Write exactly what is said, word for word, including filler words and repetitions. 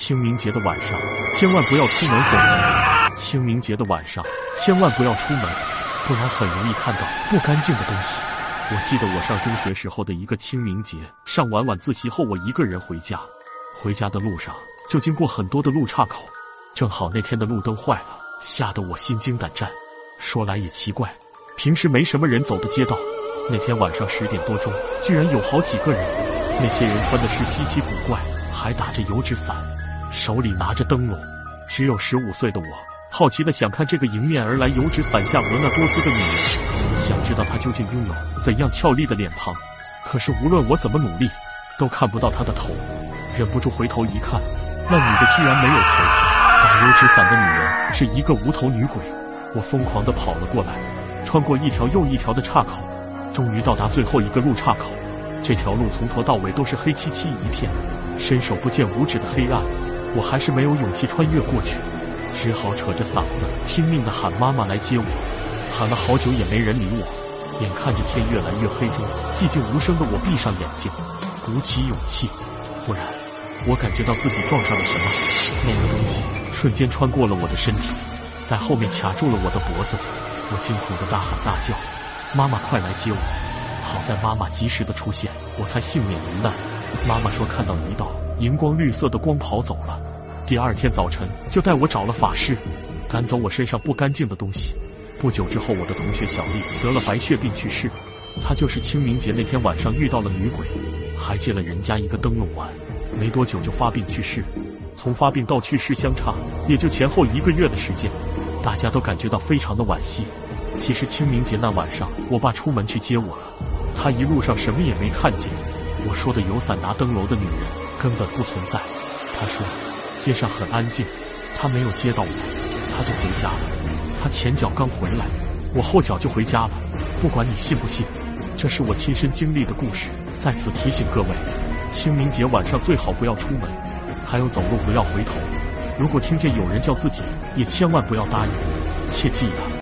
清明节的晚上，千万不要出门，否则清明节的晚上，千万不要出门，不然很容易看到不干净的东西。我记得我上中学时候的一个清明节，上完晚自习后，我一个人回家，回家的路上就经过很多的路岔口，正好那天的路灯坏了，吓得我心惊胆战。说来也奇怪，平时没什么人走的街道，那天晚上十点多钟，居然有好几个人。那些人穿的是稀奇古怪，还打着油纸伞，手里拿着灯笼。只有十五岁的我，好奇的想看这个迎面而来油纸伞下婀娜多姿的女人，想知道她究竟拥有怎样俏丽的脸庞。可是无论我怎么努力，都看不到她的头。忍不住回头一看，那女的居然没有头。打油纸伞的女人是一个无头女鬼。我疯狂地跑了过来，穿过一条又一条的岔口，终于到达最后一个路岔口。这条路从头到尾都是黑漆漆一片，伸手不见五指的黑暗。我还是没有勇气穿越过去，只好扯着嗓子拼命地喊妈妈来接我。喊了好久也没人理我，眼看着天越来越黑中，寂静无声的我闭上眼睛，鼓起勇气。忽然我感觉到自己撞上了什么，那个东西瞬间穿过了我的身体，在后面卡住了我的脖子。我惊恐地大喊大叫，妈妈快来接我。好在妈妈及时的出现，我才幸免于难。妈妈说看到一道荧光绿色的光跑走了，第二天早晨就带我找了法师，赶走我身上不干净的东西。不久之后，我的同学小丽得了白血病去世，她就是清明节那天晚上遇到了女鬼，还借了人家一个灯笼玩，没多久就发病去世。从发病到去世相差也就前后一个月的时间，大家都感觉到非常的惋惜。其实清明节那晚上，我爸出门去接我了，他一路上什么也没看见。我说的有伞拿灯笼的女人根本不存在。他说街上很安静，他没有接到我，他就回家了。他前脚刚回来，我后脚就回家了。不管你信不信，这是我亲身经历的故事。在此提醒各位，清明节晚上最好不要出门，还有走路不要回头。如果听见有人叫自己，也千万不要答应，切记呀。